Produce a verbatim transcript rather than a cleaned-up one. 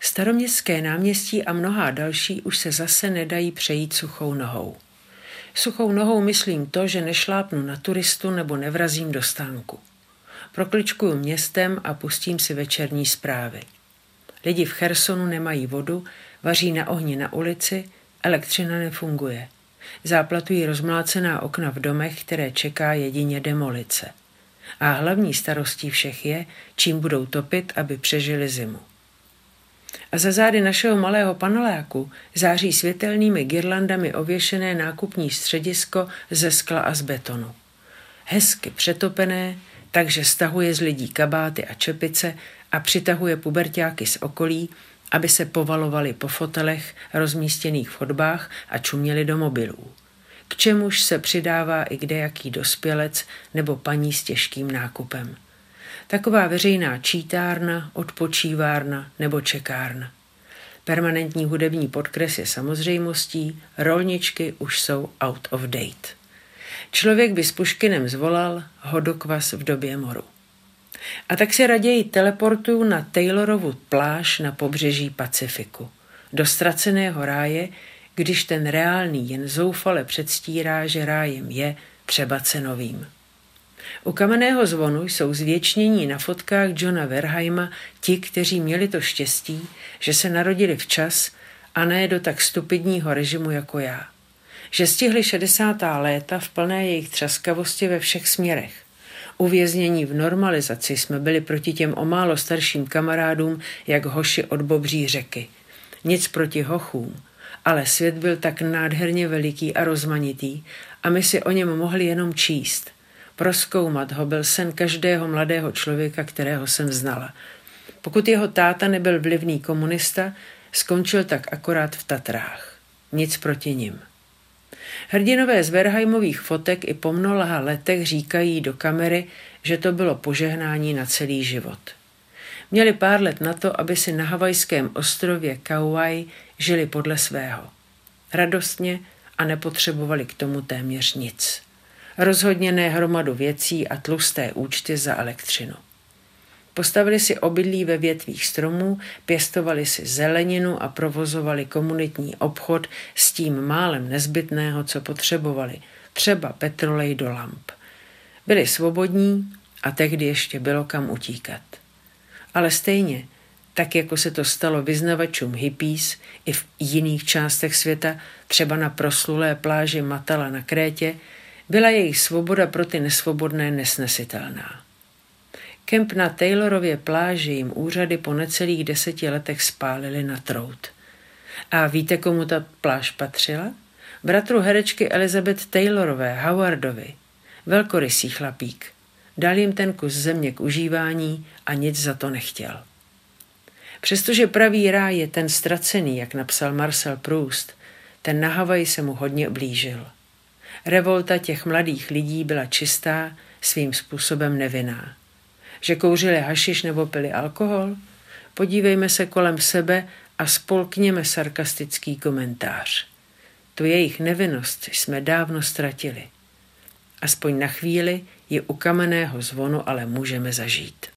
Staroměstské náměstí a mnohá další už se zase nedají přejít suchou nohou. Suchou nohou myslím to, že nešlápnu na turistu nebo nevrazím do stánku. Prokličkuju městem a pustím si večerní zprávy. Lidi v Chersonu nemají vodu, vaří na ohni na ulici, elektřina nefunguje. Záplatují rozmlácená okna v domech, které čeká jedině demolice. A hlavní starostí všech je, čím budou topit, aby přežili zimu. A za zády našeho malého paneláku září světelnými girlandami ověšené nákupní středisko ze skla a z betonu. Hezky přetopené, takže stahuje z lidí kabáty a čepice a přitahuje puberťáky z okolí, aby se povalovali po fotelech rozmístěných v chodbách a čuměli do mobilů. K čemuž se přidává i kdejaký dospělec nebo paní s těžkým nákupem. Taková veřejná čítárna, odpočívárna nebo čekárna. Permanentní hudební podkres je samozřejmostí, rolničky už jsou out of date. Člověk by s Puškinem zvolal hodokvas v době moru. A tak se raději teleportuju na Taylorovu pláž na pobřeží Pacifiku. Do ztraceného ráje, když ten reálný jen zoufale předstírá, že rájem je třeba cenovým. U Kamenného zvonu jsou zvěčnění na fotkách Johna Verheima ti, kteří měli to štěstí, že se narodili včas a ne do tak stupidního režimu jako já. Že stihli šedesátá léta v plné jejich třaskavosti ve všech směrech. Uvěznění v normalizaci jsme byli proti těm o málo starším kamarádům jak hoši od bobří řeky. Nic proti hochům, ale svět byl tak nádherně veliký a rozmanitý a my si o něm mohli jenom číst. Prozkoumat ho byl sen každého mladého člověka, kterého jsem znala. Pokud jeho táta nebyl vlivný komunista, skončil tak akorát v Tatrách. Nic proti nim. Hrdinové z Verheimových fotek i po mnoha letech říkají do kamery, že to bylo požehnání na celý život. Měli pár let na to, aby si na havajském ostrově Kauai žili podle svého. Radostně a nepotřebovali k tomu téměř nic. Rozhodně ne hromadu věcí a tlusté účty za elektřinu. Postavili si obydlí ve větvích stromů, pěstovali si zeleninu a provozovali komunitní obchod s tím málem nezbytného, co potřebovali, třeba petrolej do lamp. Byli svobodní a tehdy ještě bylo kam utíkat. Ale stejně, tak jako se to stalo vyznavačům hippies i v jiných částech světa, třeba na proslulé pláži Matala na Krétě, byla jejich svoboda pro ty nesvobodné nesnesitelná. Kemp na Taylorově pláži jim úřady po necelých deseti letech spálili na trout. A víte, komu ta pláž patřila? Bratru herečky Elizabeth Taylorové, Howardovi. Velkorysý chlapík. Dal jim ten kus země k užívání a nic za to nechtěl. Přestože pravý ráj je ten ztracený, jak napsal Marcel Proust, ten na Havaji se mu hodně blížil. Revolta těch mladých lidí byla čistá, svým způsobem nevinná. Že kouřili hašiš nebo pili alkohol? Podívejme se kolem sebe a spolkněme sarkastický komentář. Tu jejich nevinnost jsme dávno ztratili. Aspoň na chvíli ji u Kamenného zvonu ale můžeme zažít.